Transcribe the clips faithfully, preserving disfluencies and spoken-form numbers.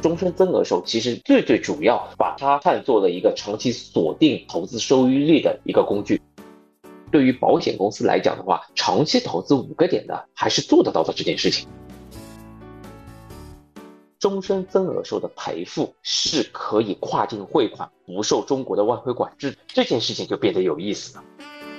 终身增额寿其实最最主要把它看作了一个长期锁定投资收益率的一个工具。对于保险公司来讲的话，长期投资五个点呢，还是做得到的这件事情。终身增额寿的赔付是可以跨境汇款，不受中国的外汇管制，这件事情就变得有意思了。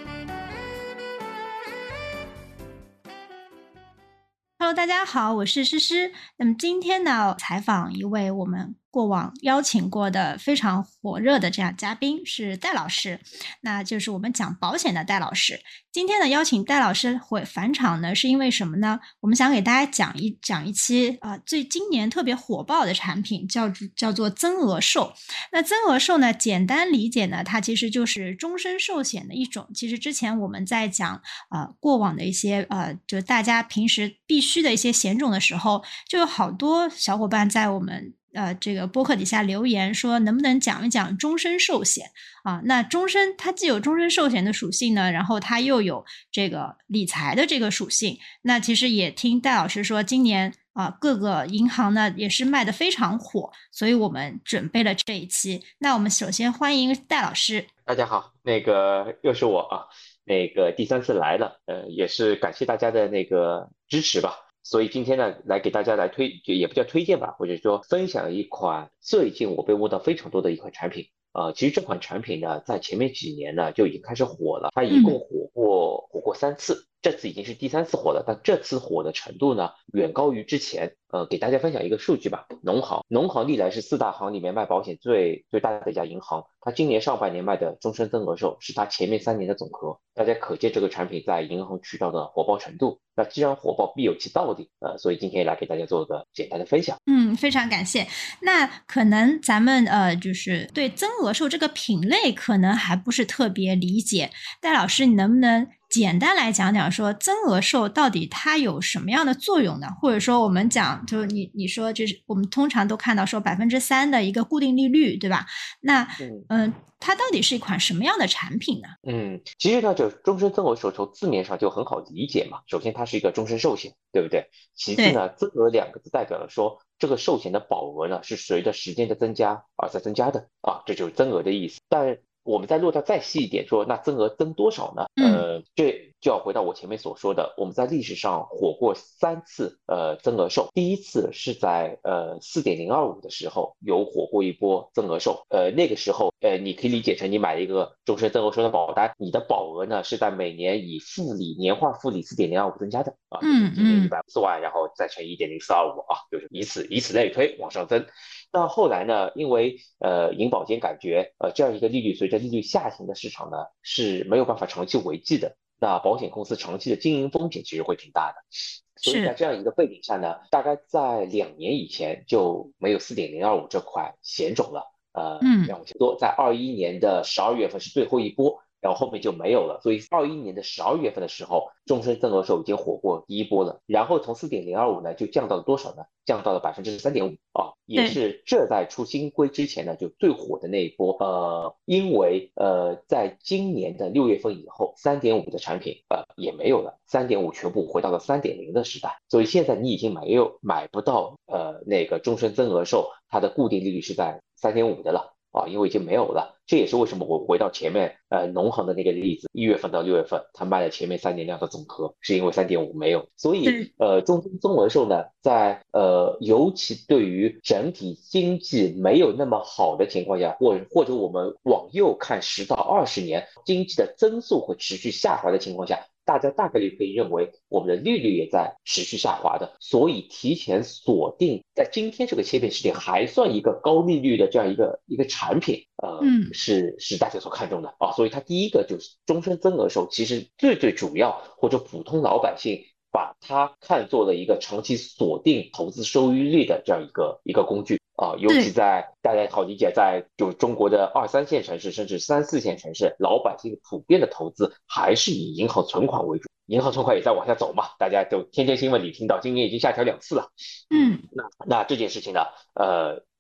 Hello， 大家好，我是诗诗。那么今天呢，采访一位我们过往邀请过的非常火热的这样嘉宾是戴老师，那就是我们讲保险的戴老师。今天呢，邀请戴老师回返场呢，是因为什么呢？我们想给大家讲一讲一期啊、呃，最今年特别火爆的产品，叫叫做增额寿。那增额寿呢，简单理解呢，它其实就是终身寿险的一种。其实之前我们在讲呃过往的一些呃，就大家平时必须的一些险种的时候，就有好多小伙伴在我们呃，这个播客底下留言说，能不能讲一讲终身寿险啊？那终身它既有终身寿险的属性呢，然后它又有这个理财的这个属性。那其实也听戴老师说，今年啊各个银行呢也是卖得非常火，所以我们准备了这一期。那我们首先欢迎戴老师。 大家好，那个又是我啊，那个第三次来了，呃，也是感谢大家的那个支持吧。所以今天呢，来给大家来推，也不叫推荐吧，或者说分享一款最近我被问到非常多的一款产品。呃，其实这款产品呢，在前面几年呢就已经开始火了，它一共火过、嗯、火过三次，这次已经是第三次火了，但这次火的程度呢，远高于之前。呃，给大家分享一个数据吧，农行，农行历来是四大行里面卖保险最最大的一家银行，它今年上半年卖的终身增额寿是它前面三年的总和，大家可见这个产品在银行渠道的火爆程度。那既然火爆，必有其道理，呃，所以今天也来给大家做个简单的分享。 嗯，非常感谢。那可能咱们呃，就是对增额寿这个品类可能还不是特别理解，戴老师，你能不能简单来讲讲说增额寿到底它有什么样的作用呢？或者说我们讲，就是你你说就是我们通常都看到说百分之三的一个固定利率，对吧？那嗯、呃，它到底是一款什么样的产品呢？ 嗯，其实呢，这终身增额寿从字面上就很好理解嘛。首先，它是一个终身寿险，对不对？其次呢，增额两个字代表了说这个寿险的保额呢是随着时间的增加而在增加的啊，这就是增额的意思。但我们再落到再细一点说，那增额增多少呢？呃，这就要回到我前面所说的，我们在历史上火过三次呃增额寿。第一次是在呃 四点零二五 的时候有火过一波增额寿，呃那个时候呃你可以理解成你买了一个终身增额寿的保单，你的保额呢是在每年以复利年化复利 四点零二五 增加的啊，就是今年一百五十万，然后再乘 一点零四二五 啊，就是以此以此类推往上增。那后来呢，因为呃银保监感觉呃这样一个利率随着利率下行的市场呢是没有办法长期维系的，那保险公司长期的经营风险其实会挺大的。所以在这样一个背景下呢，大概在两年以前就没有 四点零二五 这块险种了。呃，让我先说，在二一年的十二月份是最后一波，然后后面就没有了。所以二一年的十二月份的时候，终身增额寿已经火过第一波了。然后从 四点零二五 呢，就降到了多少呢？降到了 百分之三点五 啊，也是这在出新规之前呢就最火的那一波。呃，因为呃，在今年的六月份以后 ，三点五 的产品呃也没有了 ，三点五 全部回到了 三点零 的时代。所以现在你已经没有买不到呃那个终身增额寿，它的固定利率是在 三点五 的了。啊，因为已经没有了，这也是为什么我回到前面，呃，农行的那个例子，一月份到六月份，它卖了前面三年量的总和，是因为 三点五 没有，所以，呃，终身增额寿呢，在呃，尤其对于整体经济没有那么好的情况下，或者或者我们往右看十到二十年，经济的增速会持续下滑的情况下，大家大概率可以认为我们的利率也在持续下滑的，所以提前锁定在今天这个切片时点还算一个高利率的这样一个一个产品，呃，嗯、是是大家所看重的啊。所以它第一个就是终身增额寿，其实最最主要或者普通老百姓把它看作了一个长期锁定投资收益率的这样一个一个工具。啊，尤其在大家好理解，在就中国的二三线城市，甚至三四线城市，老百姓普遍的投资还是以银行存款为主，银行存款也在往下走嘛，大家就天天新闻里听到，今年已经下调两次了。嗯，那那这件事情呢，呃，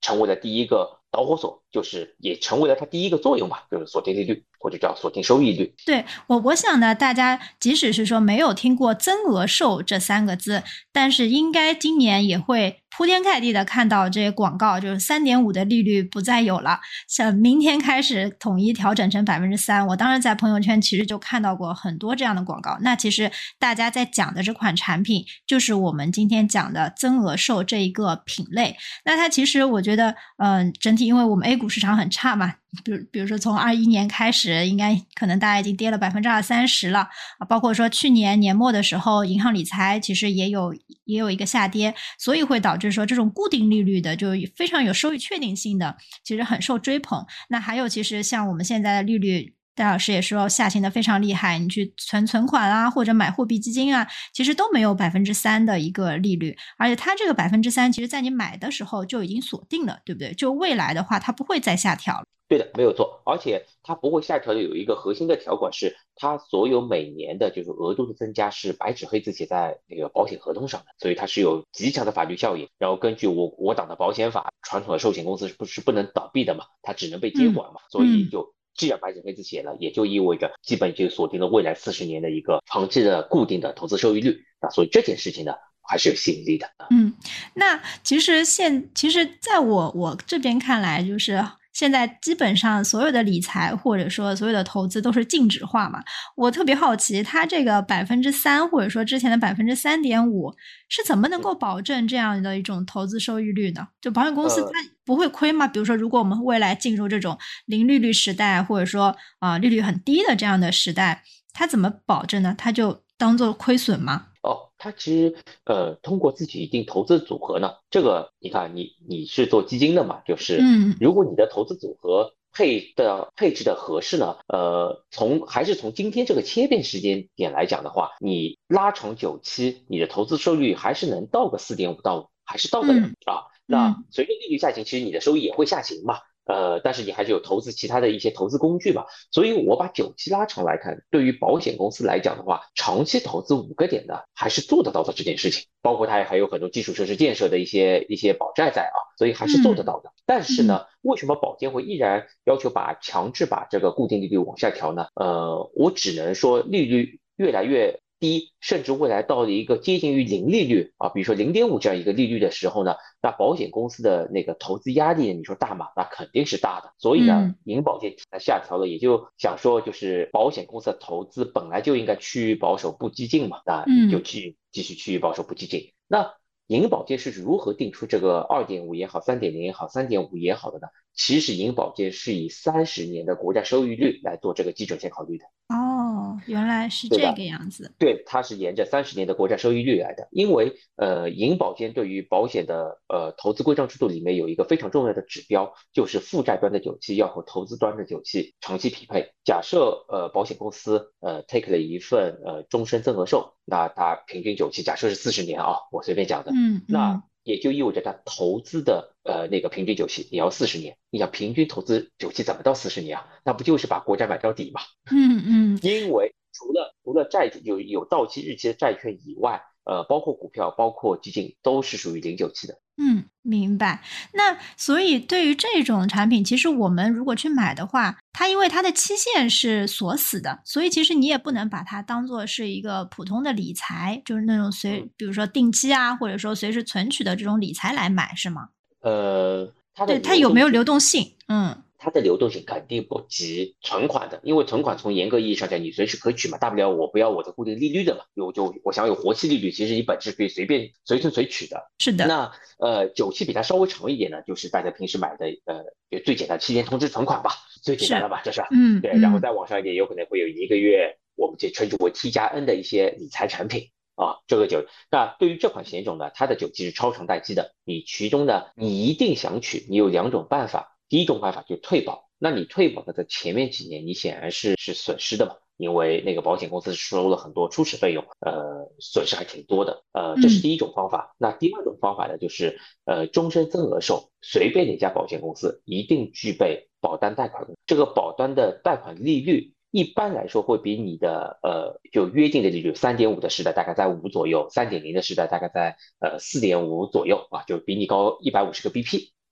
成为了第一个导火索，就是也成为了它第一个作用吧，就是锁定利率或者叫锁定收益率。 对，我我想呢，大家即使是说没有听过增额寿这三个字，但是应该今年也会铺天盖地的看到这些广告，就是三点五的利率不再有了，像明天开始统一调整成百分之三。我当时在朋友圈其实就看到过很多这样的广告。那其实大家在讲的这款产品，就是我们今天讲的增额寿这一个品类。那它其实我觉得，嗯、呃，整体因为我们 A 股市场很差嘛。比如，比如说从二一年开始，应该可能大家已经跌了百分之二三十了啊。包括说去年年末的时候，银行理财其实也有也有一个下跌，所以会导致说这种固定利率的就非常有收益确定性的，其实很受追捧。那还有其实像我们现在的利率，戴老师也说下行的非常厉害，你去存存款啊，或者买货币基金啊，其实都没有百分之三的一个利率，而且它这个百分之三，其实在你买的时候就已经锁定了，对不对？就未来的话，它不会再下调了。 对的，没有错，而且它不会下调的有一个核心的条款是，它所有每年的就是额度的增加是白纸黑字写在那个保险合同上的，所以它是有极强的法律效应。然后根据我我党的保险法，传统的寿险公司是不是不能倒闭的嘛，它只能被接管嘛， 嗯、 所以就既然白纸黑字写了，也就意味着基本就锁定了未来四十年的一个长期的固定的投资收益率啊，所以这件事情呢还是有吸引力的。 嗯，那其实现其实在我我这边看来，就是现在基本上所有的理财或者说所有的投资都是净值化嘛。我特别好奇，它这个百分之三或者说之前的百分之三点五是怎么能够保证这样的一种投资收益率呢？就保险公司它不会亏吗？比如说，如果我们未来进入这种零利率时代，或者说啊、呃、利率很低的这样的时代，它怎么保证呢？它就当做亏损吗？ 哦，它其实呃，通过自己一定投资组合呢，这个你看你你是做基金的嘛，就是嗯如果你的投资组合配的配置的合适呢，呃，从还是从今天这个切片时间点来讲的话，你拉长久期，你的投资收益率还是能到个四点五到五，还是到得了嗯啊。那嗯随着利率下行，其实你的收益也会下行嘛。呃，但是你还是有投资其他的一些投资工具嘛，所以我把久期拉长来看，对于保险公司来讲的话，长期投资五个点的还是做得到的这件事情，包括它还有很多基础设施建设的一些一些保债在啊，所以还是做得嗯到的。但是嗯呢，为什么保监会依然要求把强制把这个固定利率往下调呢？呃，我只能说利率越来越低，甚至未来到了一个接近于零利率啊，比如说零点五这样一个利率的时候呢，那保险公司的那个投资压力，你说大吗？那肯定是大的。所以呢， 嗯银保监下调了，也就想说，就是保险公司的投资本来就应该趋于保守不激进嘛，那你就嗯继继续趋于保守不激进。那银保监是如何定出这个二点五也好，三点零也好，三点五也好的呢？其实银保监是以三十年的国债收益率来做这个基准线考虑的。 哦，原来是这个对的， 样子。 对，它是沿着三十年的国债收益率来的，因为呃，银保监对于保险的呃投资规章制度里面有一个非常重要的指标，就是负债端的久期要和投资端的久期长期匹配。假设呃保险公司呃 take 了一份呃终身增额寿，那它平均久期假设是四十年啊，我随便讲的，那嗯嗯也就意味着它投资的呃那个平均久期也要四十年。你想平均投资久期怎么到四十年啊？那不就是把国债买到底吗？ 嗯嗯因为除了除了债有有到期日期的债券以外，呃，包括股票、包括基金都是属于零九期的。 嗯，明白。那所以对于这种产品，其实我们如果去买的话，它因为它的期限是锁死的，所以其实你也不能把它当做是一个普通的理财，就是那种随，比如说定期啊，或者说随时存取的这种理财来买，是吗？ 呃，它的对，它流动性有没有流动性？嗯它的流动性肯定不及存款的，因为存款从严格意义上讲，你随时可取嘛，大不了我不要我的固定利率的嘛，我就我想有活期利率，其实你本质可以随便随存随取的。 是的。 那呃，久期比它稍微长一点呢，就是大家平时买的呃，就最简单七年通知存款吧，最简单是。 的吧，这是对，然后嗯嗯再往上一点，有可能会有一个月，我们就称之为 T 加 N 的一些理财产品。啊，这个就那对于这款险种呢，它的久期是超长待期的。你其中呢，你一定想取，你有两种办法。第一种办法就是退保，那你退保的在前面几年，你显然是是损失的嘛，因为那个保险公司收了很多初始费用，呃，损失还挺多的。呃，这是嗯第一种方法。那第二种方法呢，就是呃终身增额寿，随便哪家保险公司一定具备保单贷款，这个保单的贷款利率。一般来说会比你的呃就约定的利率三点五的时代大概在五左右，三点零的时代大概在呃四点五左右啊，就比你高一百五十个 B P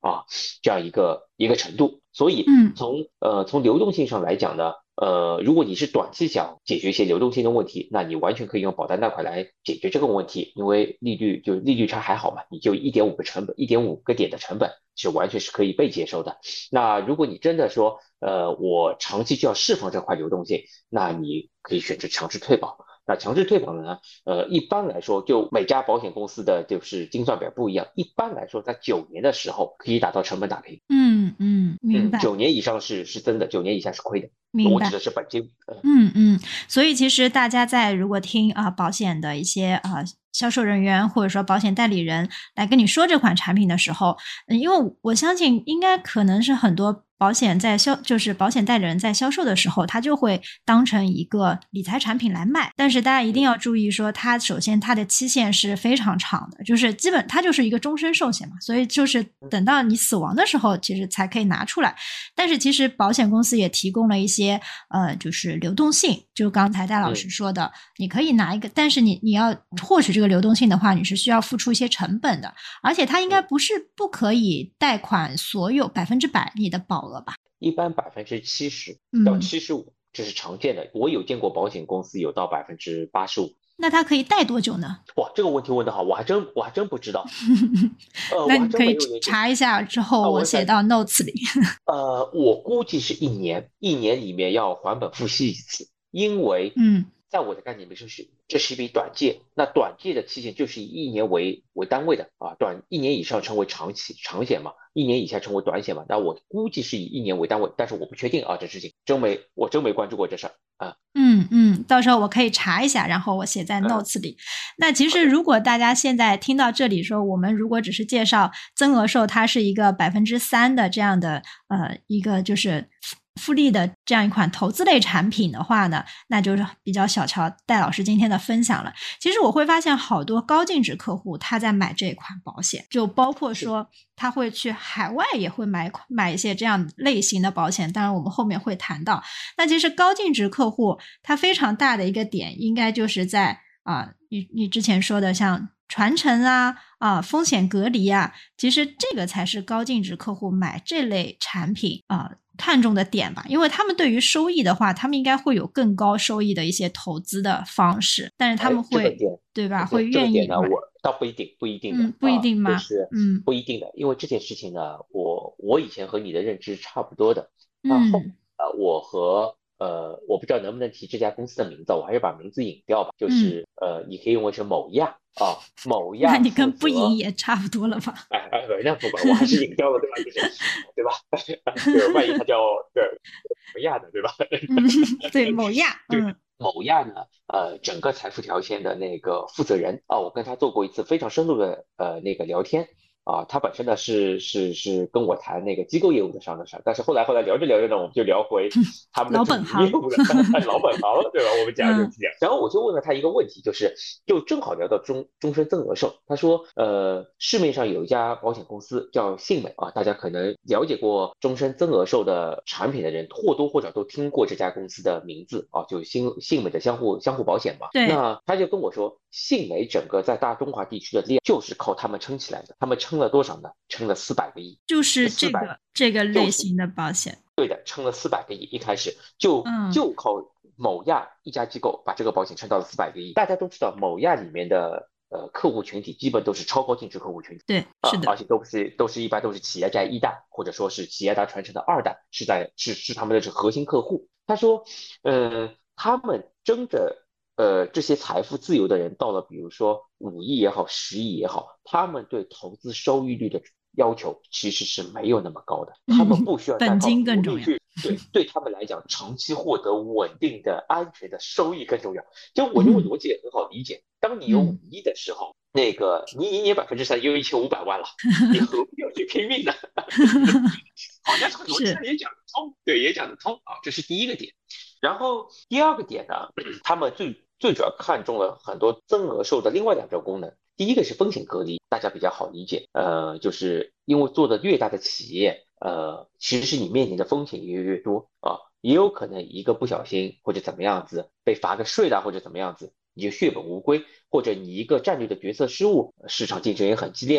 啊，这样一个一个程度。所以嗯从呃从流动性上来讲呢，呃，如果你是短期想解决一些流动性的问题，那你完全可以用保单贷款来解决这个问题，因为利率就利率差还好嘛，你就一点五个成本，一点五个点的成本是完全是可以被接受的。那如果你真的说，呃，我长期就要释放这块流动性，那你可以选择强制退保。那强制退保呢？呃，一般来说，就每家保险公司的就是精算表不一样。一般来说，在九年的时候可以达到成本打平。 嗯嗯，明嗯， 白九年以上是是真的，九年以下是亏的。 明白。 我指的是本金。呃嗯嗯，所以其实大家在如果听啊、呃保险的一些啊、呃销售人员或者说保险代理人来跟你说这款产品的时候，嗯，因为我相信应该可能是很多保险在销，就是保险代理人在销售的时候，他就会当成一个理财产品来卖。但是大家一定要注意说，它首先它的期限是非常长的，就是基本它就是一个终身寿险嘛，所以就是等到你死亡的时候，其实才可以拿出来。但是其实保险公司也提供了一些呃，就是流动性，就刚才戴老师嗯， 说的，你可以拿一个，但是你你要获取这个流动性的话，你是需要付出一些成本的，而且它应该嗯， 不是不可以贷款所有百分之百你的保额吧？ 一般百分之七十到嗯， 七十五，这是常见的。我有见过保险公司有到百分之八十五。 那它可以贷多久呢？ 哇，这个问题问得好，我还真我还真不知道。呃，我还真那你可以没有研究。 查一下，之后啊，我想， 我写到 notes 里。 呃，我估计是一年，一年里面要还本付息一次，因为嗯在我的概念里面是这是一笔短借，那短借的期限就是以一年为为单位的啊，短一年以上称为长期长险嘛，一年以下称为短险嘛，那我估计是以一年为单位，但是我不确定啊，这事情真没我真没关注过这事儿啊。 嗯嗯，到时候我可以查一下，然后我写在嗯， notes 里。那其好的。 实如果大家现在听到这里说，我们如果只是介绍增额寿，它是一个百分之三的这样的呃一个就是复复利的这样一款投资类产品的话呢，那就是比较小瞧戴老师今天的分享了。其实我会发现好多高净值客户他在买这款保险，就包括是。 说他会去海外也会买买一些这样类型的保险，当然我们后面会谈到。那其实高净值客户它非常大的一个点，应该就是在啊、呃你你之前说的像传承啊啊、风险隔离啊，其实这个才是高净值客户买这类产品啊、看重的点吧，因为他们对于收益的话，他们应该会有更高收益的一些投资的方式，但是他们哎，这个会点， 对吧？会对，这个点呢， 愿意买， 我倒不一定，不一定的嗯，不一啊， 定吗？ 就是嗯不一定的，因为这件事情呢，我我以前和你的认知差不多的。那后嗯呃，我和呃，我不知道能不能提这家公司的名字，我还是把名字隐掉吧。就嗯， 是呃，你可以用为是某亚啊，某那亚负你跟不赢责。 也差不多了吧？ 哎哎，那不管，我还是隐掉了，对吧？就是对吧？对，万一他叫对某亚的，对吧？ 嗯，对，某亚， 对， 嗯某亚呢，呃，整个财富条线的那个负责人啊，我跟他做过一次非常深入的呃那个聊天啊，他本身呢是是是跟我谈那个机构业务的上的事儿，但是后来后来聊着聊着呢，我们就聊回他们的老主本行， 营业务了，老本行了，对吧？我们讲就是嗯这样。然后我就问了他一个问题，就是就正好聊到终终身增额寿，他说，呃，市面上有一家保险公司叫信美啊，大家可能了解过终身增额寿的产品的人，或多或少都听过这家公司的名字啊，就信信美的相互相互保险嘛。 对， 那他就跟我说，信美整个在大中华地区的量就是靠他们撑起来的，他们撑了多少呢？撑了四百个亿， 就是这这四百个这个就是类型的保险， 对的，撑了四百个亿，一开始就嗯， 就靠某亚一家机构把这个保险撑到了四百个亿。大家都知道，某亚里面的呃客户群体基本都是超高净值客户群体对，是啊， 的， 而且都是都是一般都是企业家一代，或者说是企业家传承的二代，是在是是他们的是核心客户。他说，呃，他们争着呃这些财富自由的人，到了比如说五亿也好，十亿也好，他们对投资收益率的要求其实是没有那么高的，他们嗯， 不需要再本靠金更重要， 努力去。对，对他们来讲，长期获得稳定的、安全的收益更重要。就我认为嗯逻辑也很好理解。当你有五嗯， 亿的时候，那个你一年百分之三，有一千五百万了，你何必要去拼命呢？好像这个逻辑上是， 也讲得通，对，也讲得通啊，这是第一个点。然后第二个点呢，他们最最主要看中了很多增额寿的另外两种功能。第一个是风险隔离，大家比较好理解，呃，就是因为做的越大的企业，呃，其实你面临的风险也越越多啊，也有可能一个不小心或者怎么样子被罚个税啦，或者怎么样子，你就血本无归，或者你一个战略的决策失误，市场竞争也很激烈嘛，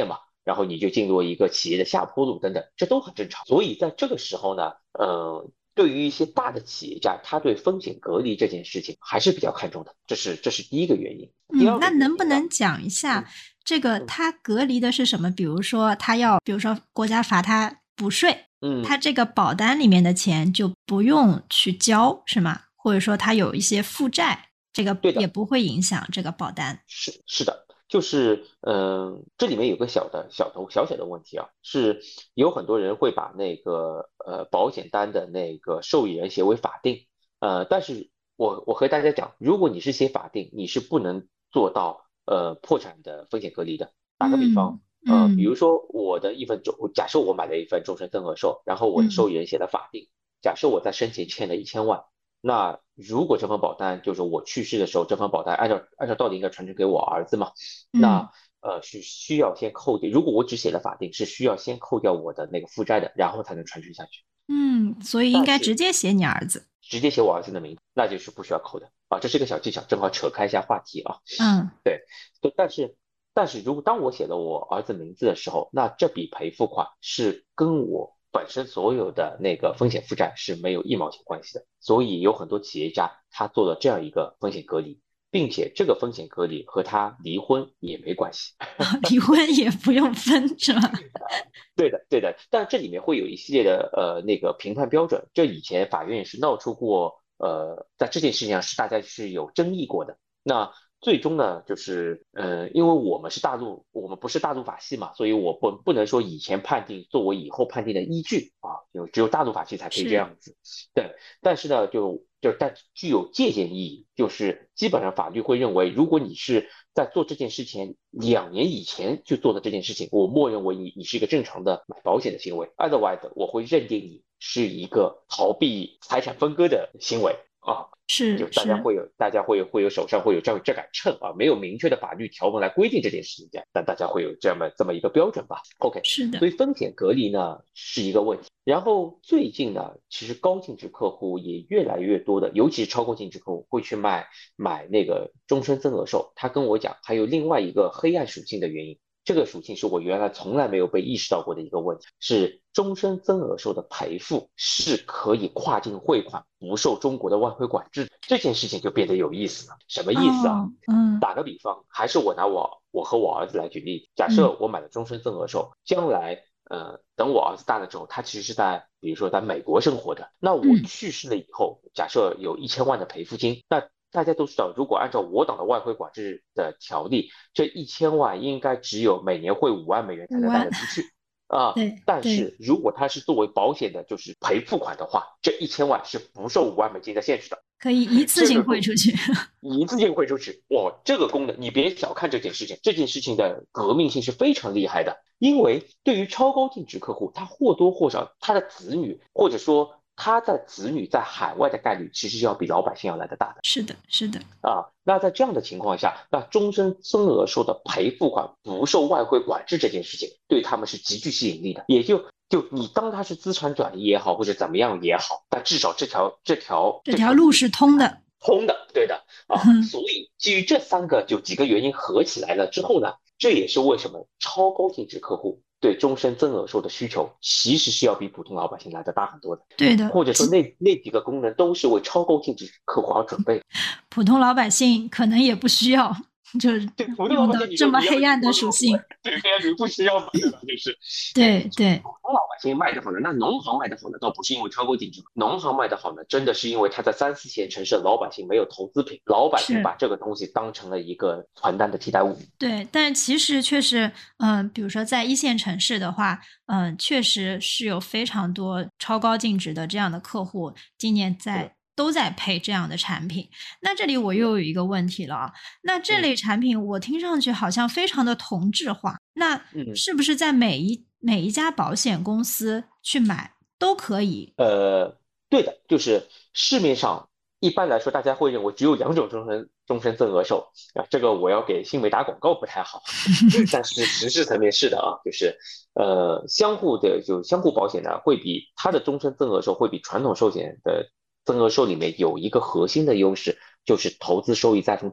然后你就进入一个企业的下坡路等等，这都很正常。所以在这个时候呢，呃，对于一些大的企业家，他对风险隔离这件事情还是比较看重的，这是这是第一个原因。第嗯， 二个那原因呢， 能不能讲一下嗯这个嗯他隔离的是什么？比如说他要，比如说国家罚他补税，他嗯， 这个保单里面的钱就不用去交，是吗？或者说他有一些负债，这个对的。 也不会影响这个保单。 是是的，就是嗯、呃这里面有个小的小的小小的问题啊，是有很多人会把那个呃保险单的那个受益人写为法定，呃，但是我我和大家讲，如果你是写法定，你是不能做到呃破产的风险隔离的。打个比方， 嗯呃，比如嗯说我的一份终，假设我买了一份终身增额寿，然后我的嗯受益人写了法定，假设我在生前欠了一千万。那如果这份保单就是我去世的时候，这份保单按照按照道理应该传承给我儿子嘛？ 嗯那呃是需要先扣掉，如果我只写了法定，是需要先扣掉我的那个负债的，然后才能传承下去。 嗯，所以应该直但是接写你儿子。 直接写我儿子的名字，那就是不需要扣的啊。这是一个小技巧，正好扯开一下话题啊。 嗯对，就但是但是如果当我写了我儿子名字的时候，那这笔赔付款是跟我本身所有的那个风险负债是没有一毛钱关系的。所以有很多企业家他做了这样一个风险隔离，并且这个风险隔离和他离婚也没关系。 离婚也不用分是吧？ 对的，对的，但这里面会有一系列的呃那个评判标准，这以前法院也是闹出过，呃，在这件事情上是大家是有争议过的。那最终呢，就是呃，因为我们是大陆，我们不是大陆法系嘛，所以我不不能说以前判定作为以后判定的依据啊，就只有大陆法系才可以这是， 样子。对，但是呢，就就但具有借鉴意义，就是基本上法律会认为，如果你是在做这件事情两年以前就做的这件事情，我默认为你你是一个正常的买保险的行为，otherwise 我会认定你是一个逃避财产分割的行为啊。就大家是是， 会有，大家会有会有手上会有这这杆秤啊，没有明确的法律条文来规定这件事情，但大家会有这么这么一个标准吧。OK， 是的。 所以风险隔离呢是一个问题。然后最近呢，其实高净值客户也越来越多的，尤其是超高净值客户会去卖买那个终身增额寿。他跟我讲，还有另外一个黑暗属性的原因。这个属性是我原来从来没有被意识到过的一个问题，是终身增额寿的赔付是可以跨境汇款，不受中国的外汇管制。这件事情就变得有意思了。什么意思啊？ 哦，嗯打个比方，还是我拿我我和我儿子来举例。假嗯设我买了终身增额寿，将来呃等我儿子大了之后，他其实是在比如说在美国生活的，那我嗯， 去世了以后，假设有一千万的赔付金，那大家都知道，如果按照我党的外汇管制的条例，这一千万应该只有每年汇五万美元才能带五万， 得出去啊。 对对， 但是如果它是作为保险的，就是赔付款的话，这一千万是不受五万美金的限制的。 可以一次这个功性汇出去。 一次性汇出去，哇，这个功能你别小看这件事情，这件事情的革命性是非常厉害的。因为对于超高净值客户，他或多或少他的子女或者说他的子女在海外的概率，其实是要比老百姓要来的大的。 是的，是的， 啊，那在这样的情况下，那终身增额寿的赔付款不受外汇管制这件事情，对他们是极具吸引力的。也就就你当它是资产转移也好，或者怎么样也好，但至少这条这条这这条条路是通的。 通的，对的啊。所以基于这三个就几个原因合起来了之后呢，这也是为什么超高净值客户对终身增额寿的需求其实是要比普通老百姓来的大很多的。 对的， 或者说那那几个功能都是为超高净值客户而准备的。 普通老百姓可能也不需要，就是对，普通老用到百姓你这么黑说你要暗的属性。 对，黑暗你不需要嘛，对吧？就是对对， 普通老百姓卖的好呢，那农行卖的好呢，倒不是因为超高净值，农行卖的好呢，真的是因为他在三四线城市老百姓没有投资品，老百姓是。 把这个东西当成了一个传单的替代物。 对，但其实确实，嗯、比如说在一线城市的话，嗯、确实是有非常多超高净值的这样的客户，今年在都在配这样的产品。那这里我又有一个问题了啊，那这类产品我听上去好像非常的同质化，那嗯， 是不是在每一每一家保险公司去买都可以？ 呃，对的，就是市面上一般来说，大家会认为只有两种终身终身增额寿啊，这个我要给新美打广告不太好，但是实质层面是的啊，就是呃，相互的就相互保险呢，会比它的终身增额寿会比传统寿险的增额寿里面有一个核心的优势，就是投资收益再分配。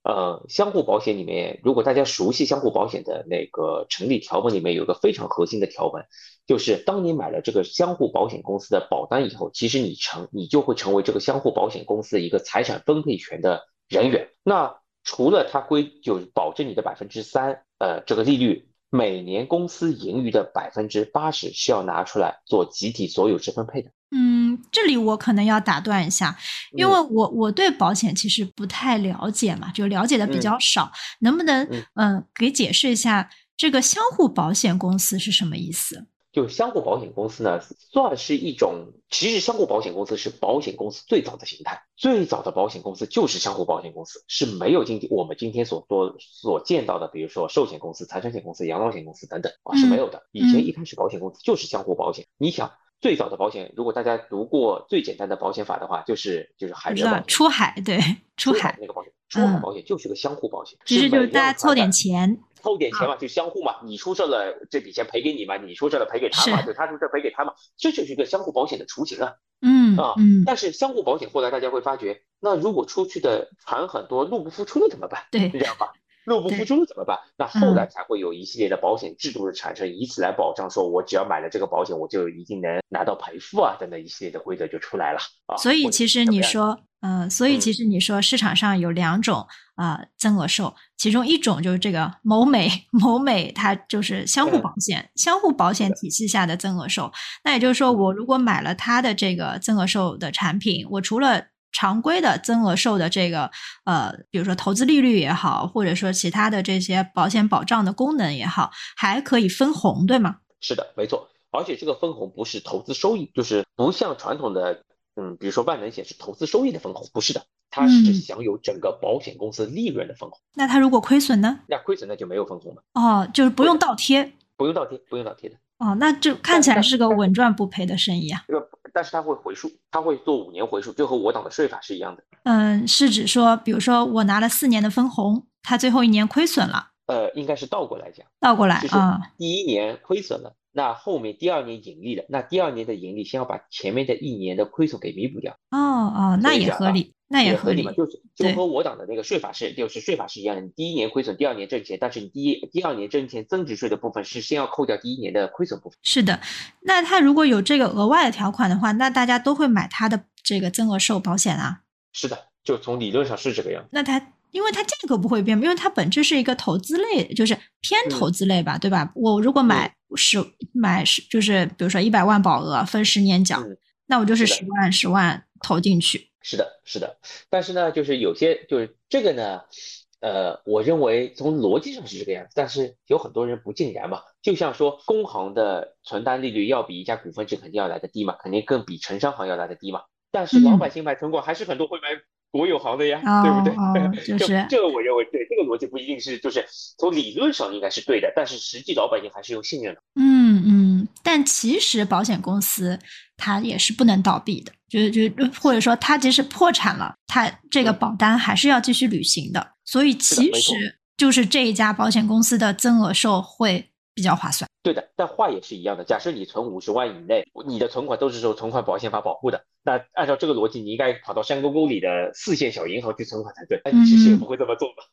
呃，相互保险里面，如果大家熟悉相互保险的那个成立条文里面有一个非常核心的条文，就是当你买了这个相互保险公司的保单以后，其实你成你就会成为这个相互保险公司的一个财产分配权的人员。那除了它规就是保证你的百分之三，呃，这个利率，每年公司盈余的百分之八十是要拿出来做集体所有制分配的。 嗯，这里我可能要打断一下，因为嗯我我对保险其实不太了解嘛，就了解的比嗯较少，能不能嗯。 嗯、呃给解释一下这个相互保险公司是什么意思？ 就相互保险公司呢，算是一种，其实相互保险公司是保险公司最早的形态，最早的保险公司就是相互保险公司，是没有今天我们今天所多所见到的，比如说寿险公司、财产险公司、养老险公司等等啊，是没嗯有的。以前嗯， 一开始保险公司就是相互保险，你想。最早的保险，如果大家读过最简单的保险法的话，就是就是海我知道员保险， 出海，对，出出海的海， 那个保险，出海嗯， 保险就是个相互保险，是每其实就是大家凑点辆船的钱啊， 凑点钱嘛，就相互嘛，你出事了这笔钱赔给你嘛，你出事了赔给他是， 嘛，就他出事赔给他嘛，这就是一个相互保险的雏形啊啊！ 嗯嗯， 但是相互保险后来大家会发觉，那如果出去的船很多，路不敷出了怎么办？ 对你知道吧？路不敷对， 出了怎么办？那后来嗯。 才会有一系列的保险制度的产生，以此来保障说，我只要买了这个保险，我就一定能拿到赔付啊，等等一系列的规则就出来了啊， 所以或者其实是怎么样？ 你说，呃，所以嗯， 其实你说市场上有两种呃增额寿，其中一种就是这个某美某美，它就是相互嗯， 保险，相互保险是的， 体系下的增额寿。那也就是说， 嗯， 我如果买了它的这个增额寿的产品，我除了常规的增额寿的这个呃，比如说投资利率也好，或者说其他的这些保险保障的功能也好，还可以分红，对吗？ 是的，没错。而且这个分红不是投资收益，就是不像传统的，嗯，比如说万能险是投资收益的分红，不是的，它是嗯， 享有整个保险公司利润的分红。 那它如果亏损呢？ 那亏损那就没有分红了， 哦，就是不用对的， 倒贴。 不用倒贴，不用倒贴的。 哦，那就看起但来是个但但是稳赚不赔的生意啊。 这个，但是它会回溯，它会做五年回溯，就和我党的税法是一样的。 嗯，是指说，比如说我拿了四年的分红，它最后一年亏损了， 呃，应该是倒过来讲， 倒过来就是啊， 第一年亏损了，那后面第二年盈利了，那第二年的盈利先要把前面的一年的亏损给弥补掉。 哦哦，那所以讲啊， 也合理，那也也合理嘛， 合理， 就是就和对， 我党的那个税法是，就是税法是一样的，你第一年亏损，第二年挣钱，但是你第一第二年挣钱增值税的部分是先要扣掉第一年的亏损部分。 是的。那它如果有这个额外的条款的话，那大家都会买它的这个增额寿保险啊。 是的，就从理论上是这个样子。 那它因为它价格不会变，因为它本质是一个投资类，就是偏投嗯资类吧，对吧？我如果嗯买十买十，就是比如说一百万保额分十年缴， 嗯， 那我就是是的， 十万十万投进去。 是的，是的。但是呢，就是有些就是这个呢，呃，我认为从逻辑上是这个样子，但是有很多人不尽然嘛。就像说，工行的存单利率要比一家股份制肯定要来的低嘛，肯定更比城商行要来的低嘛。但是老嗯， 百姓买存款还是很多会买国有行的呀，对不对？ 哦哦，就就是这个我认为对，这个逻辑不一定是就是从理论上应该是对的，但是实际老百姓还是用信任的。 嗯嗯，但其实保险公司它也是不能倒闭的，就是就或者说它即使破产了，它这个嗯， 保单还是要继续履行的。所以是的， 其没错。 实就是这一家保险公司的增额寿会比较划算。 对的，但话也是一样的。假设你存五十万以内，你的存款都是受存款保险法保护的，那按照这个逻辑，你应该跑到山沟沟里的四线小银行去存款才对。那你其实也嗯， 不会这么做吧？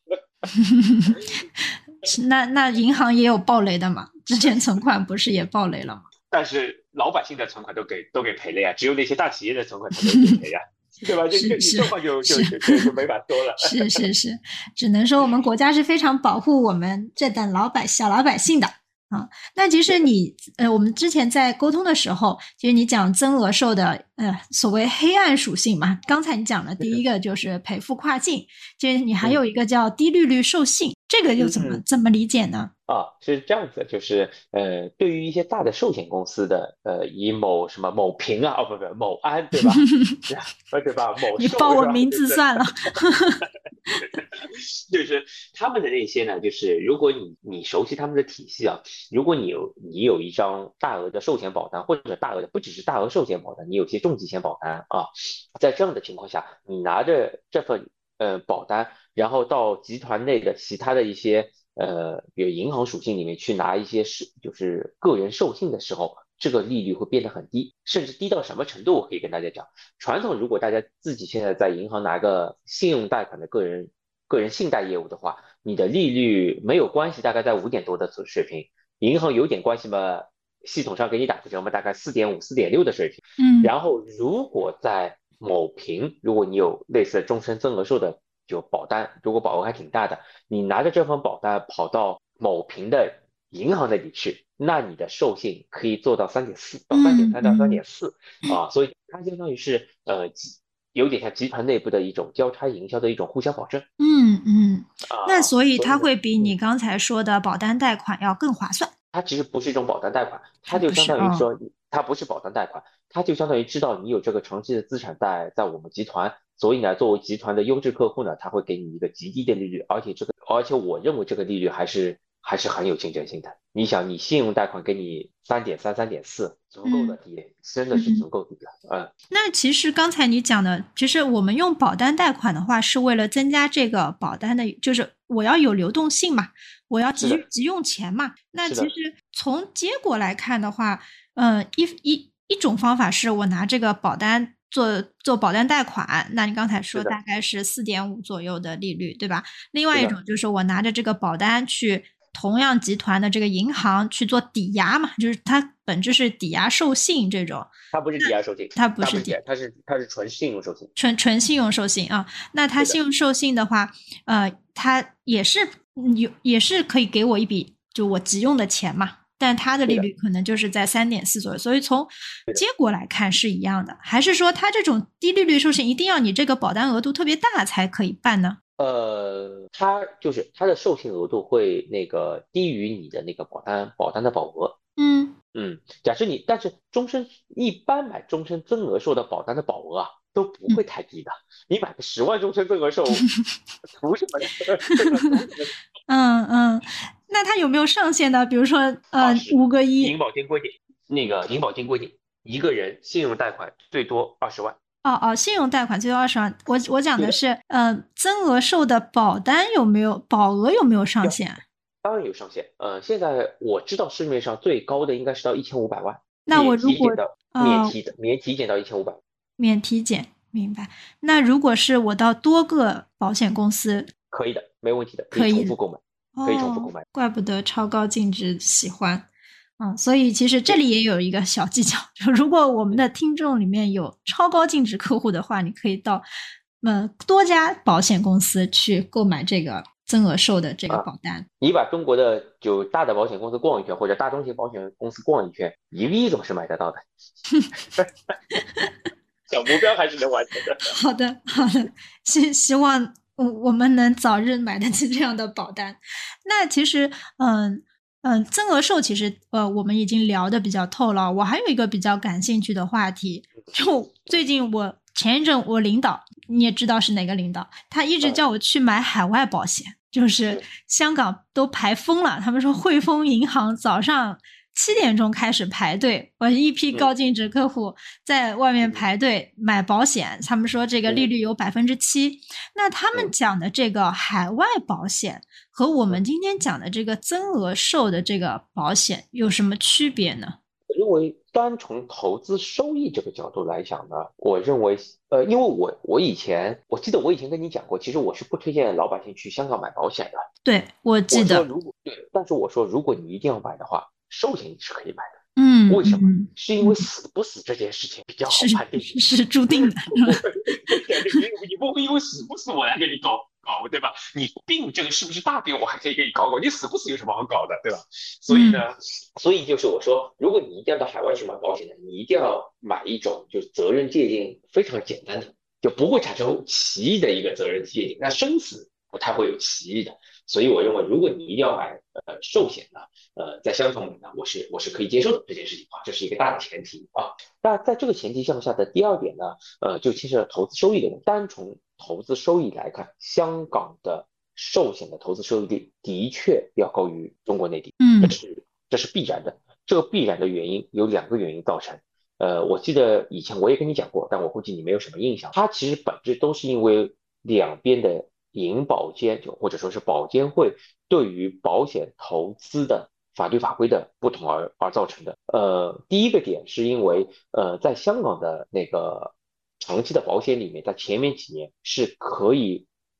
是那那银行也有暴雷的嘛？之前存款不是也暴雷了吗？ 但是老百姓的存款都给都给赔了呀，只有那些大企业的存款才没给赔呀，对吧？就就你是是这话就就就就就没法说了。 是是是，只能说我们国家是非常保护我们这等老百小老百姓的啊。那其实对的， 你呃，我们之前在沟通的时候，其实你讲增额寿的呃所谓黑暗属性嘛，刚才你讲的第一个就是赔付跨境，其实你还嗯有一个叫低利率授信，这个又怎么嗯嗯。 怎么理解呢？ 啊，是这样子，就是呃，对于一些大的寿险公司的，呃，以某什么某平啊，哦不不某安对吧？呃对吧？某你报我寿是吧？ 名字算了。 就是他们的那些呢，就是如果你你熟悉他们的体系啊，如果你有你有一张大额的寿险保单，或者大额的不只是大额寿险保单，你有些重疾险保单啊，在这样的情况下，你拿着这份呃保单，然后到集团内的其他的一些呃，比如银行属性里面去拿一些是就是个人授信的时候，这个利率会变得很低，甚至低到什么程度？我可以跟大家讲，传统如果大家自己现在在银行拿个信用贷款的个人个人信贷业务的话，你的利率没有关系，大概在五点多的水平。银行有点关系嘛，系统上给你打个折嘛，大概四点五、四点六的水平。 嗯然后如果在某平，如果你有类似终身增额寿的就保单，如果保额还挺大的，你拿着这份保单跑到某平的银行那里去，那你的授信可以做到三点四到三点三到三嗯嗯点四啊，所以它相当于是呃有点像集团内部的一种交叉营销的一种互相保证嗯嗯，那啊， 所以所以呢， 它会比你嗯。 刚才说的保单贷款要更划算。 它其实不是一种保单贷款，它它就相不是哦， 当于说，它不是保单贷款，它就相当于知道你有这个长期的资产在在我们集团，所以呢，作为集团的优质客户呢，他会给你一个极低的利率，而且这个，而且我认为这个利率还是还是很有竞争性的。你想，你信用贷款给你三点三、三点四，足够的嗯低，真的是嗯。 足够低的，嗯， 那其实刚才你讲的，其实我们用保单贷款的话，是为了增加这个保单的，就是我要有流动性嘛，我要是的， 急急用钱嘛。那是的， 其实从结果来看的话，呃，一一一种方法是我拿这个保单做做保单贷款，那你刚才说大是的， 概是四点五左右的利率，对吧？另外一种是的， 就是我拿着这个保单去同样集团的这个银行去做抵押嘛，就是它本质是抵押授信这种。 它不是抵押授信， 它不是抵它不是抵押，它是它是纯信用授信， 纯纯信用授信啊，那它对的， 信用授信的话，呃，它也是有也是可以给我一笔就我急用的钱嘛，但它的利对的， 率可能就是在三点四左右，所以从对的。 结果来看是一样的，还是说它这种低利率授信一定要你这个保单额度特别大才可以办呢？ 呃，它就是它的授信额度会那个低于你的那个保单保单的保额。 嗯， 嗯，假设你，但是终身一般买终身增额寿的保单的保额啊都不嗯会太低的。你买个十万终身增额寿，图什么呢？对吧？图什么？ 嗯嗯，那它有没有上限呢？比如说呃二十， 五个银亿， 保监规定，那个银保监规定，一个人信用贷款最多二十万。 哦哦，信用贷款最多二十万。我我讲对的， 的是，呃，增额寿的保单有没有保额有没有上要限？ 当然有上限。呃，现在我知道市面上最高的应该是到一千五百万， 那我免如果体检到免呃体的免体检到一千五百。 免体检，明白？那如果是我到多个保险公司， 可以的，没问题的，可以可以的。 重复购买，可以重复购哦， 买。 怪不得超高净值喜欢。嗯，所以其实这对， 里也有一个小技巧，就如果我们的听众里面有超高净值客户的话，你可以到呃多家保险公司去购买这个增额寿的这个啊， 保单。 你把中国的就大的保险公司逛一圈，或者大中型保险公司逛一圈，一亿总是买得到的。小目标还是能完成的。 好的，好的，希希望我我们能早日买得起这样的保单。那其实，嗯嗯，增额寿其实呃我们已经聊得比较透了。我还有一个比较感兴趣的话题，就最近我前一阵我领导你也知道是哪个领导，他一直嗯， 叫我去买海外保险，就是是， 香港都排疯了，他们说汇丰银行早上七点钟开始排队，我一批高嗯净值客户在外面嗯排队买保险，他们说这个利嗯率有百分之七。那他们嗯讲的这个海外保险和我们嗯。 今天讲的这个增额寿的这个保险有什么区别呢？ 我认为单从投资收益这个角度来讲呢，我认为，呃，因为我我以前我记得我以前跟你讲过，其实我是不推荐老百姓去香港买保险的。 对，我记我说得， 如果对，但是我说如果你一定要买的话，寿险你是可以买的。 嗯为什么？ 嗯是因为嗯， 死不死这件事情比较是好判定。 是是注定的，是吧？ 你你不会因为死不死我来给你搞搞，对吧？你病症是不是大病，我还可以给你搞搞，你死不死有什么好搞的，对吧？所以呢， 嗯所以就是我说，如果你一定要到海外去买保险的，你一定要买一种就是责任界定非常简单的，就不会产生歧义的一个责任界定。那生死不太会有歧义的，所以我认为，如果你一定要买呃寿险呢，呃，在香港买呢，我是我是可以接受的这件事情啊，这是一个大的前提啊。那在这个前提项下的第二点呢，呃，就牵涉到投资收益的问题。单从投资收益来看，香港的寿险的投资收益率的确要高于中国内地，这嗯是这是必然的。这个必然的原因有两个原因造成。呃，我记得以前我也跟你讲过，但我估计你没有什么印象。它其实本质都是因为两边的银保监，就或者说是保监会对于保险投资的法律法规的不同而而造成的。呃，第一个点是因为呃，在香港的那个长期的保险里面，在前面几年是可以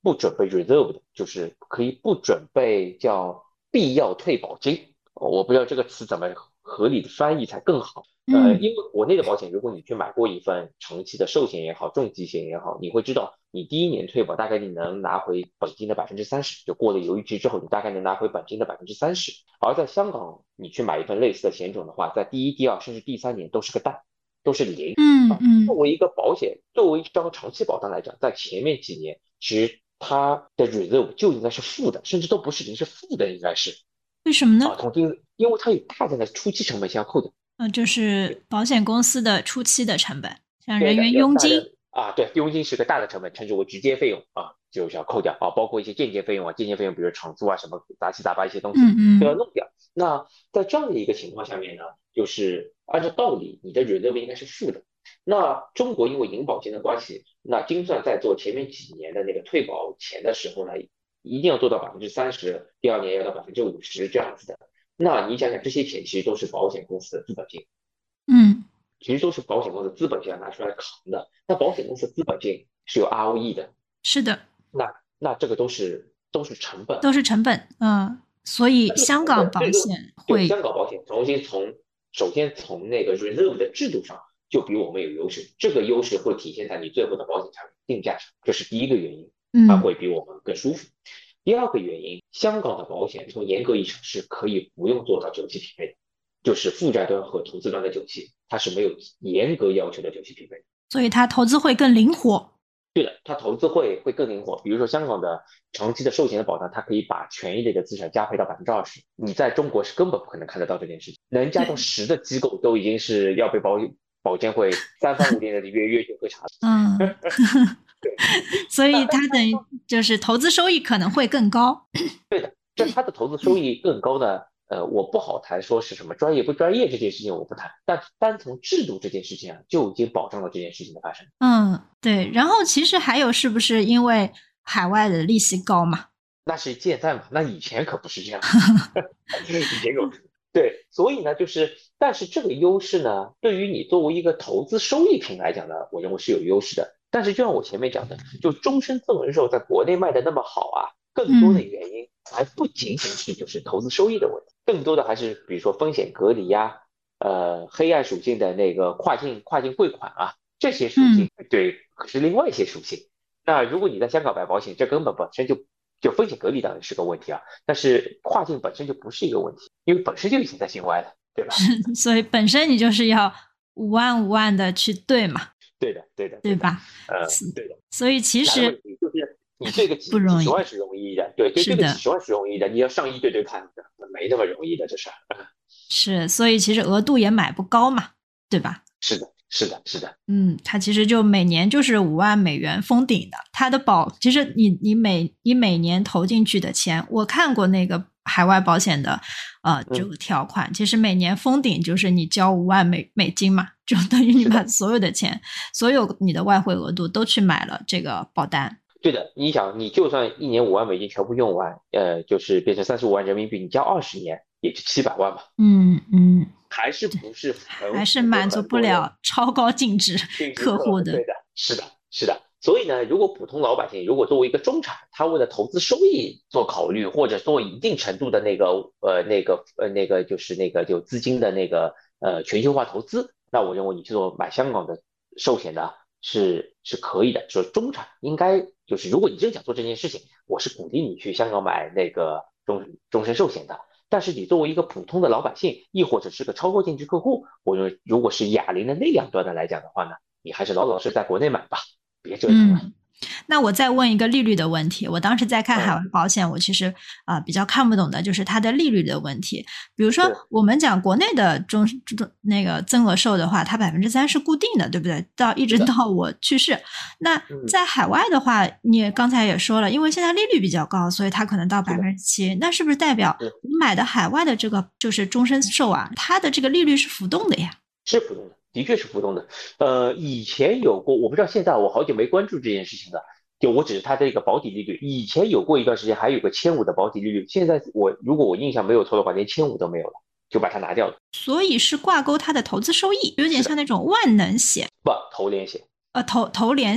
不准备 reserve 的，就是可以不准备叫必要退保金。我不知道这个词怎么合理的翻译才更好。呃， 嗯因为国内的保险，如果你去买过一份长期的寿险也好，重疾险也好，你会知道，你第一年退保大概你能拿回本金的百分之三十，就过了犹豫期之后，你大概能拿回本金的百分之三十。而在香港，你去买一份类似的险种的话，在第一、第二甚至第三年都是个蛋，都是零啊。 嗯嗯， 作为一个保险，作为一张长期保单来讲，在前面几年，其实它的 reserve 就应该是负的，甚至都不是零，是负的，应该是为什么呢？ 啊。统计，因为它有大量的初期成本相扣的。 呃，就是保险公司的初期的成本，像对的， 人员要大量佣金。 啊，对，佣金是个大的成本，称之为直接费用啊，就是要扣掉啊，包括一些间接费用啊，间接费用比如场租啊什么杂七杂八一些东西嗯嗯， 都要弄掉。那在这样的一个情况下面呢，就是按照道理，你的 reserve 应该是负的。那中国因为银保监的关系，那精算在做前面几年的那个退保钱的时候呢，一定要做到百分之三十，第二年要到百分之五十这样子的。那你想想，这些钱其实都是保险公司的资本金。 嗯， 其实都是保险公司资本金要拿出来扛的。那保险公司资本金是有 R O E 的， 是的， 那那这个都是都是成本。 都是成本。嗯，所以那这香港成本最终保险对会， 香港保险重新从首先从那个 reserve 的制度上就比我们有优势，这个优势会体现在你最后的保险产品定价上，这是第一个原因，它嗯， 会比我们更舒服。第二个原因，香港的保险从严格意义上是可以不用做到九期匹配的，就是负债端和投资端的九期，它是没有严格要求的九期匹配的。 所以它投资会更灵活。 对的，它投资会会更灵活。比如说香港的长期的寿险的保障，它可以把权益类的资产加配到百分之二十，你在中国是根本不可能看得到这件事情。能加到对， 十的机构都已经是要被保保监会三番五遍的约约去喝茶了。 嗯，所以它等于就是投资收益可能会更高。 这它的投资收益更高呢？呃，我不好谈说是什么专业不专业这件事情我不谈，但单从制度这件事情啊，就已经保障了这件事情的发生。 嗯，对。然后其实还有是不是因为海外的利息高嘛？ 那是现在嘛，那以前可不是这样，以前有对，所以呢，就是但是这个优势呢，对于你作为一个投资收益品来讲呢，我认为是有优势的。但是就像我前面讲的，就终身赠人寿在国内卖的那么好啊，更多的嗯， 原因还不仅仅是就是投资收益的问题，更多的还是比如说风险隔离呀、呃黑暗属性的那个跨境跨境汇款啊这些属嗯， 性，对，是另外一些属性。那如果你在香港买保险，这根本本身就就风险隔离当然是个问题啊，但是跨境本身就不是一个问题，因为本身就已经在境外了，对吧？ 所以本身你就是要五万五万的去对嘛， 对的，对的，对的， 对吧？ 呃，对的。 所以其难的问实题就是你对个几几不容易。 十万是容易的，对对， 是的， 对个几十万是容易的，你要上亿对对看，没那么容易的，这事儿。 是，所以其实额度也买不高嘛，对吧？ 是的，是的，是的， 嗯，它其实就每年就是五万美元封顶的，它的保其实你你每你每年投进去的钱，我看过那个海外保险的呃这嗯， 个条款，其实每年封顶就是你交五万美美金嘛，就等于你是的。 把所有的钱，所有你的外汇额度都去买了这个保单。 对的，你想，你就算一年五万美金全部用完，呃，就是变成三十五万人民币，你交二十年也就七百万吧， 嗯嗯， 还是不是很还是符合满足不很多人了超高净值定时课？ 客户的。 对的，是的，是的。所以呢，如果普通老百姓如果作为一个中产，他为了投资收益做考虑，或者做一定程度的那个呃那个呃那个就是那个就资金的那个呃全球化投资，那我认为你去做买香港的寿险的是是可以的。说中产应该就是如果你真想做这件事情，我是鼓励你去香港买那个终终身寿险的。但是你作为一个普通的老百姓，亦或者是个超高净值客户，我认为如果是哑铃的那两端的来讲的话呢，你还是老老实在国内买吧，别折腾了。 嗯，那我再问一个利率的问题。我当时在看海外嗯， 保险，我其实啊、呃比较看不懂的就是它的利率的问题。比如说是我们讲国内的中中那个增额寿的话，它百分之三是固定的，对不对？到一是的， 直到我去世。那嗯， 在海外的话，你也刚才也说了，因为现在利率比较高，所以它可能到百是的， 分之七。那是不是代表是你买的海外的这个就是终身寿啊，它的这个利率是浮动的呀？ 是浮动的，的确是浮动的。呃，以前有过，我不知道现在，我好久没关注这件事情了。就我只是它这个保底利率，以前有过一段时间还有个千五的保底利率，现在我如果我印象没有错的话，连千五都没有了，就把它拿掉了。 所以是挂钩它的投资收益，有点是的， 像那种万能险。 不，投连险。 呃，投投连险，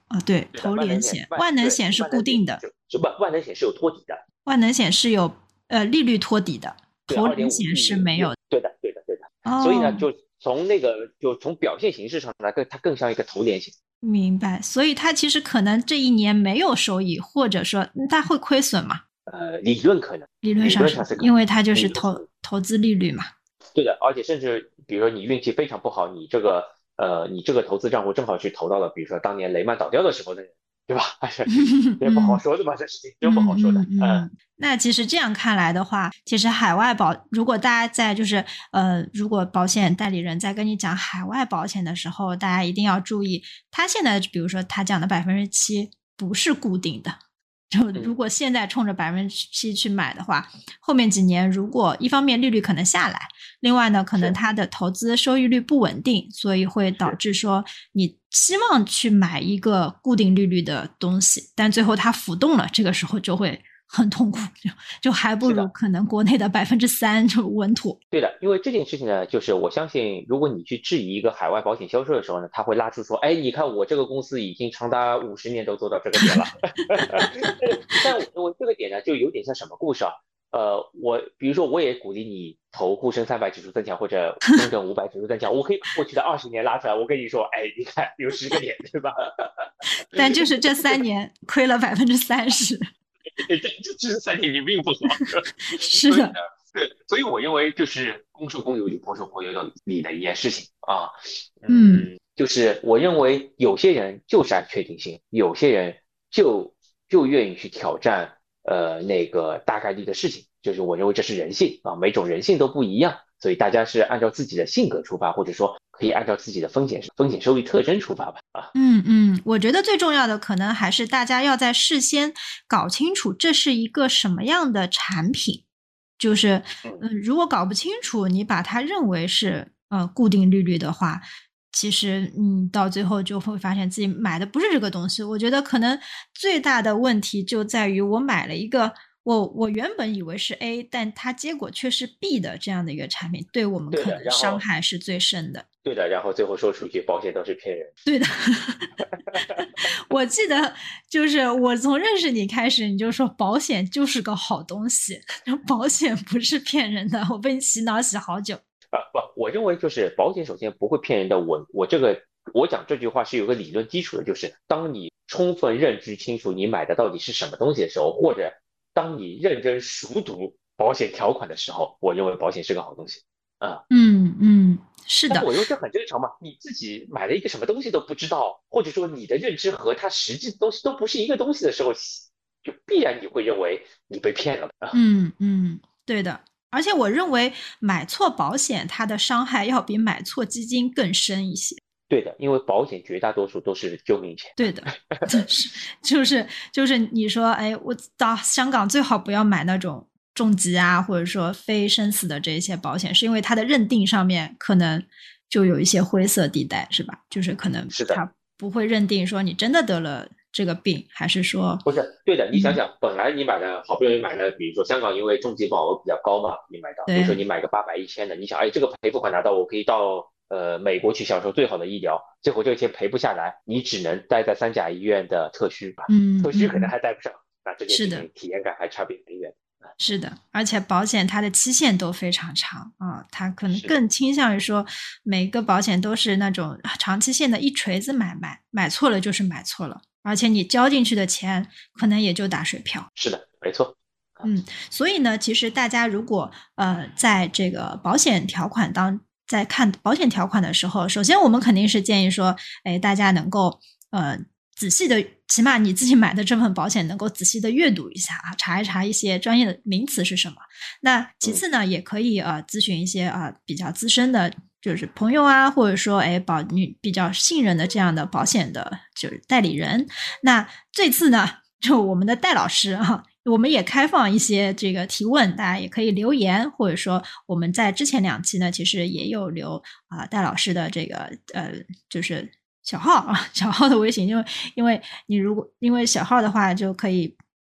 啊，对， 对的， 投万能险， 连险， 万万能险是对万能险固定的， 就就万万能险是有托底的， 万能险是有呃利率托底的， 对， 投二点五连险 G 有有， 是没有的。 对的，对的，对的。所以呢， 哦， 就从那个就从表现形式上来，更它更像一个投连险。 明白。所以它其实可能这一年没有收益，或者说嗯它会亏损嘛？ 呃，理论可能， 理论理上是因论上是可能， 为它就是投理论上投资利率嘛。 对的，而且甚至比如说你运气非常不好，你这个呃你这个投资账户正好去投到了，比如说当年雷曼倒掉的时候的人，对吧？还是也不好嗯说的嘛，这事情真不好说的。 嗯嗯嗯， 嗯，那其实这样看来的话，其实海外保，如果大家在就是呃，如果保险代理人在跟你讲海外保险的时候，大家一定要注意，他现在比如说他讲的百分之七不是固定的，就如嗯， 果现在冲着百分之七去买的话，后面几年如果一方面利率可能下来，另外呢，可能是它的投资收益率不稳定，所以会导是， 致说你希望去买一个固定利率的东西，但最后它浮动了，这个时候就会很痛苦，就就还不是的。 如可能国内的百分之三就稳妥。 对的，因为这件事情呢，就是我相信，如果你去质疑一个海外保险销售的时候呢，他会拉出说，哎，你看我这个公司已经长达五十年都做到这个点了。但我我这个点呢，就有点像什么故事啊？呃，我比如说，我也鼓励你投沪深三百指数增强或者中证五百指数增强，我可以把过去的二十年拉出来，我跟你说，哎，你看有十个点，对吧？ 但就是这三年亏了百分之三十， 这这这三年你命不好。 是的， 所以呢，对，所以我认为就是公说公有理，婆说婆有理的一件事情啊。 嗯。 嗯，就是我认为有些人就是爱确定性，有些人就就愿意去挑战呃那个大概率的事情，就是我认为这是人性啊，每种人性都不一样，所以大家是按照自己的性格出发，或者说可以按照自己的风险风险收益特征出发吧啊。 嗯嗯，我觉得最重要的可能还是大家要在事先搞清楚这是一个什么样的产品，就是， 嗯， 嗯，如果搞不清楚，你把它认为是呃固定利率的话，其实嗯到最后就会发现自己买的不是这个东西。我觉得可能最大的问题就在于我买了一个我我原本以为是 A，但它结果却是 B 的这样的一个产品，对我们可能对的，然伤后害是最深的。 对的，然后最后说出去保险都是骗人。 对的，我记得就是我从认识你开始，你就说保险就是个好东西，保险不是骗人的，我被你洗脑洗好久。 啊，不，我认为就是保险首先不会骗人的。我我这个我讲这句话是有个理论基础的，就是当你充分认知清楚你买的到底是什么东西的时候，或者当你认真熟读保险条款的时候，我认为保险是个好东西啊。 嗯嗯，是的， 但是我认为这很正常嘛，你自己买了一个什么东西都不知道，或者说你的认知和它实际的东西都不是一个东西的时候，就必然你会认为你被骗了啊。 嗯嗯，对的。而且我认为买错保险，它的伤害要比买错基金更深一些。 对的，因为保险绝大多数都是救命钱。 对的，就是就是就是你说，哎，我到香港最好不要买那种重疾啊，或者说非生死的这些保险，是因为它的认定上面可能就有一些灰色地带，是吧？就是可能是的， 它不会认定说你真的得了这个病，还是说， 不是，对的，你想嗯， 想，本来你买的好不容易买的，比如说香港因为重疾保额比较高嘛，你买到，比如说对你买个八百一千的，你想，哎，这个赔付款拿到，我可以到呃美国去享受最好的医疗，结果这个钱赔不下来，你只能待在三甲医院的特需吧，特需可能嗯嗯， 还待不上，那这件是的。 事情体验感还差别很远。 是的，而且保险它的期限都非常长啊，它可能是的， 更倾向于说每个保险都是那种长期限的一锤子买卖，买错了就是买错了，而且你交进去的钱可能也就打水漂。 是的，没错。 嗯，所以呢，其实大家如果呃在这个保险条款当在看保险条款的时候，首先我们肯定是建议说，哎，大家能够呃仔细的，起码你自己买的这份保险能够仔细的阅读一下啊，查一查一些专业的名词是什么。那其嗯， 次呢，也可以呃咨询一些啊、呃、比较资深的，就是朋友啊，或者说哎保你比较信任的这样的保险的就是代理人。那这次呢，就我们的戴老师啊。我们也开放一些这个提问，大家也可以留言，或者说我们在之前两期呢，其实也有留啊、呃、戴老师的这个呃就是小号啊小号的微信，因为因为你如果因为小号的话就可以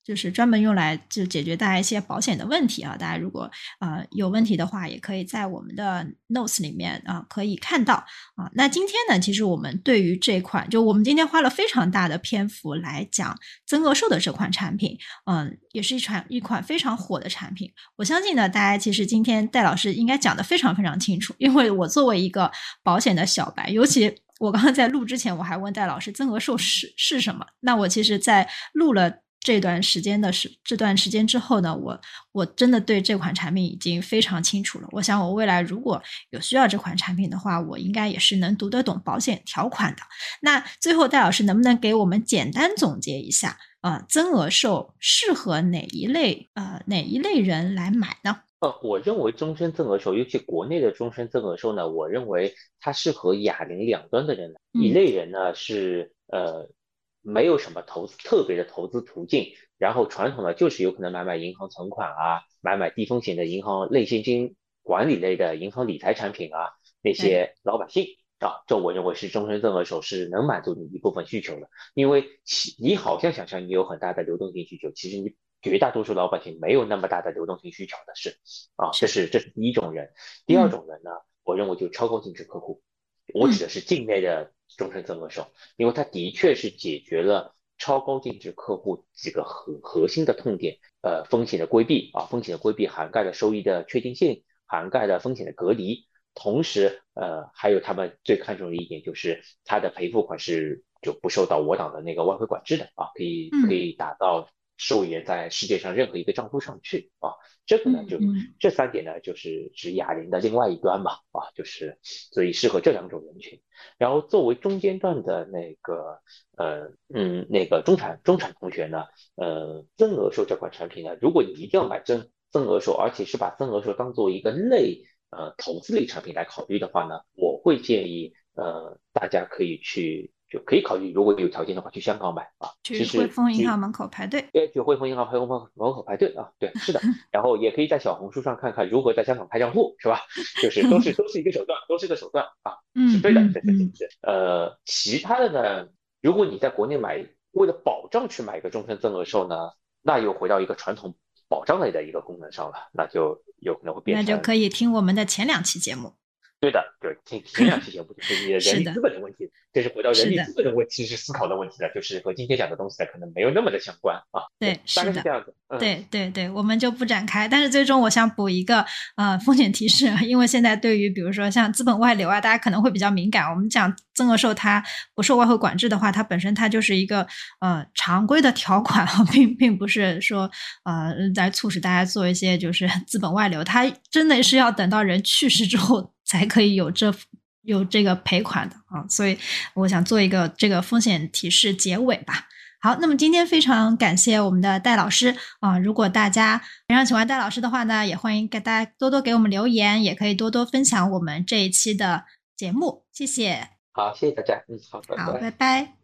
就是专门用来就解决大家一些保险的问题啊。大家如果呃有问题的话，也可以在我们的 notes 里面啊、呃、可以看到啊。那今天呢，其实我们对于这款，就我们今天花了非常大的篇幅来讲增额寿的这款产品，嗯，也是一款一款非常火的产品。我相信呢，大家其实今天戴老师应该讲得非常非常清楚，因为我作为一个保险的小白，尤其我刚刚在录之前，我还问戴老师增额寿是是什么。那我其实在录了这段时间的时这段时间之后呢，我我真的对这款产品已经非常清楚了。我想我未来如果有需要这款产品的话，我应该也是能读得懂保险条款的。那最后戴老师能不能给我们简单总结一下呃，增额寿适合哪一类呃哪一类人来买呢？ 呃，我认为终身增额寿，尤其国内的终身增额寿呢，我认为它适合哑铃两端的人。一嗯， 类人呢是呃没有什么投资特别的投资途径，然后传统的就是有可能买买银行存款啊，买买低风险的银行类现金管理类的银行理财产品啊，那对， 些老百姓啊，这我认为是终身增额寿是能满足你一部分需求的。因为其你好像想象你有很大的流动性需求，其实你绝大多数老百姓没有那么大的流动性需求的是啊，这是， 是这是第一种人。第二嗯种人呢，我认为就超高净值客户，我指嗯的是境内的终身增额寿，因为它的确是解决了超高净值客户几个核核心的痛点，呃，风险的规避啊，风险的规避涵盖了收益的确定性，涵盖了风险的隔离，同时呃，还有他们最看重的一点就是它的赔付款是就不受到我党的那个外汇管制的啊，可以可嗯以打到受益人在世界上任何一个账户上去啊。这个呢，就嗯嗯这三点呢，就是指哑铃的另外一端嘛，啊，就是所以适合这两种人群。然后作为中间段的那个呃嗯那个中产中产同学呢，呃增额寿这款产品呢，如果你一定要买增增额寿，而且是把增额寿当做一个类呃投资类产品来考虑的话呢，我会建议呃大家可以去就可以考虑，如果有条件的话去香港买啊。其去汇实去丰银行门口排队。 呃去汇丰银行排门门口排队啊，对，是的。然后也可以在小红书上看看如何在香港开账户，是吧？就是都是都是一个手段，都是个手段啊，是嗯对的，这是这嗯嗯是呃，其他的呢，如果你在国内买，为了保障去买一个终身增额寿呢，那又回到一个传统保障类的一个功能上了，那就有可能会变成那就可以听我们的前两期节目。 对的，对，前前两期节目就是你的人力资是的， 本的问题，这是回到人是的， 力资本的问题是思考的问题了，就是和今天讲的东西呢可能没有那么的相关啊， 对， 对，大是的。 概是这样子，嗯。 对对对，我们就不展开。但是最终我想补一个呃风险提示，因为现在对于比如说像资本外流啊，大家可能会比较敏感。我们讲增额寿它不受外汇管制的话，它本身它就是一个呃常规的条款，并并不是说呃来促使大家做一些就是资本外流。它真的是要等到人去世之后才可以有这有这个赔款的啊。所以我想做一个这个风险提示结尾吧。好，那么今天非常感谢我们的戴老师啊、呃！如果大家非常喜欢戴老师的话呢，也欢迎给大家多多给我们留言，也可以多多分享我们这一期的节目，谢谢。 好，谢谢大家，嗯，好，拜好， 拜。 拜拜。